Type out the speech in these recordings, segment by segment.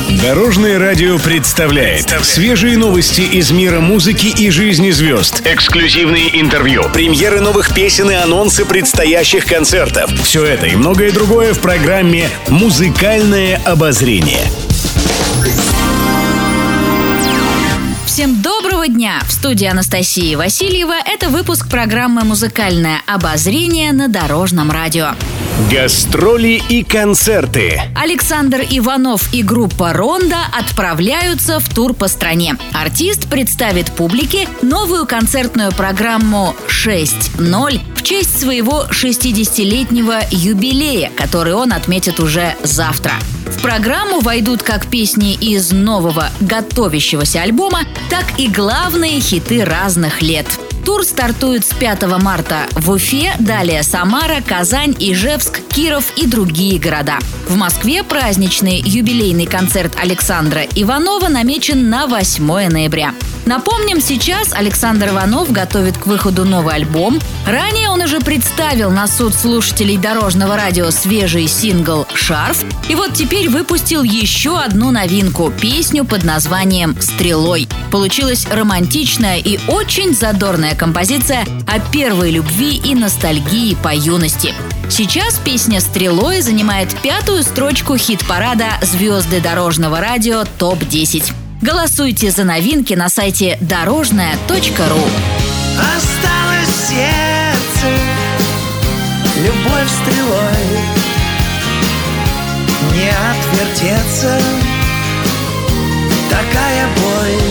Дорожное радио представляет свежие новости из мира музыки и жизни звезд, эксклюзивные интервью, премьеры новых песен и анонсы предстоящих концертов. Все это и многое другое в программе «Музыкальное обозрение». Всем доброго дня! В студии Анастасии Васильева. Это выпуск программы «Музыкальное обозрение» на Дорожном радио. Гастроли и концерты. Александр Иванов и группа «Рондо» отправляются в тур по стране. Артист представит публике новую концертную программу «6.0» в честь своего 60-летнего юбилея, который он отметит уже завтра. В программу войдут как песни из нового готовящегося альбома, так и главные хиты разных лет. Тур стартует с 5 марта в Уфе, далее Самара, Казань, Ижевск, Киров и другие города. В Москве праздничный юбилейный концерт Александра Иванова намечен на 8 ноября. Напомним, сейчас Александр Иванов готовит к выходу новый альбом. Ранее он уже представил на суд слушателей Дорожного радио свежий сингл «Шарф». И вот теперь выпустил еще одну новинку – песню под названием «Стрелой». Получилась романтичная и очень задорная композиция о первой любви и ностальгии по юности. Сейчас песня «Стрелой» занимает 5-ю строчку хит-парада «Звезды Дорожного радио ТОП-10». Голосуйте за новинки на сайте дорожная.ру. Осталось в сердце любовь стрелой, не отвертеться, такая боль.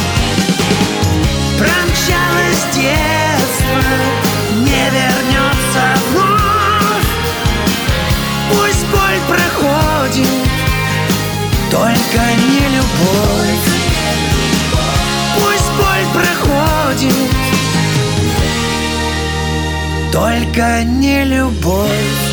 Промчалось детство, не вернется вновь. Пусть боль проходит, только не любовь. Пусть боль проходит, только не любовь.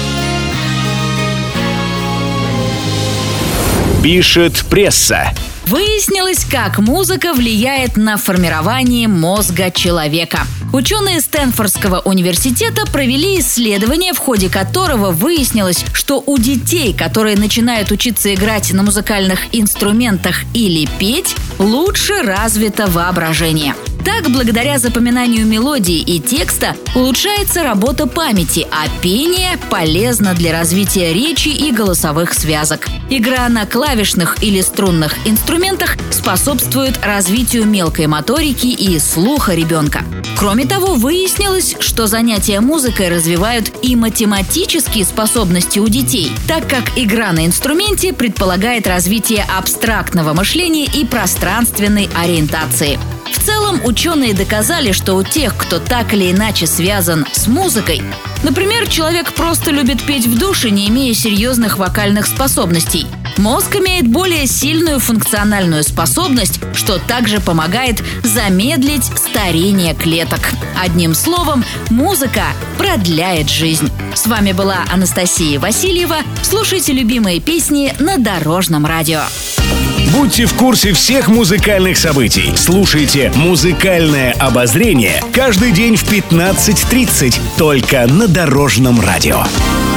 Пишет пресса. Выяснилось, как музыка влияет на формирование мозга человека. Ученые Стэнфордского университета провели исследование, в ходе которого выяснилось, что у детей, которые начинают учиться играть на музыкальных инструментах или петь, лучше развито воображение. Так, благодаря запоминанию мелодии и текста улучшается работа памяти, а пение полезно для развития речи и голосовых связок. Игра на клавишных или струнных инструментах способствует развитию мелкой моторики и слуха ребенка. Кроме того, выяснилось, что занятия музыкой развивают и математические способности у детей, так как игра на инструменте предполагает развитие абстрактного мышления и пространственной ориентации. В целом, ученые доказали, что у тех, кто так или иначе связан с музыкой, например, человек просто любит петь в душе, не имея серьезных вокальных способностей, мозг имеет более сильную функциональную способность, что также помогает замедлить старение клеток. Одним словом, музыка продляет жизнь. С вами была Анастасия Васильева. Слушайте любимые песни на Дорожном радио. Будьте в курсе всех музыкальных событий. Слушайте «Музыкальное обозрение» каждый день в 15:30 только на Дорожном радио.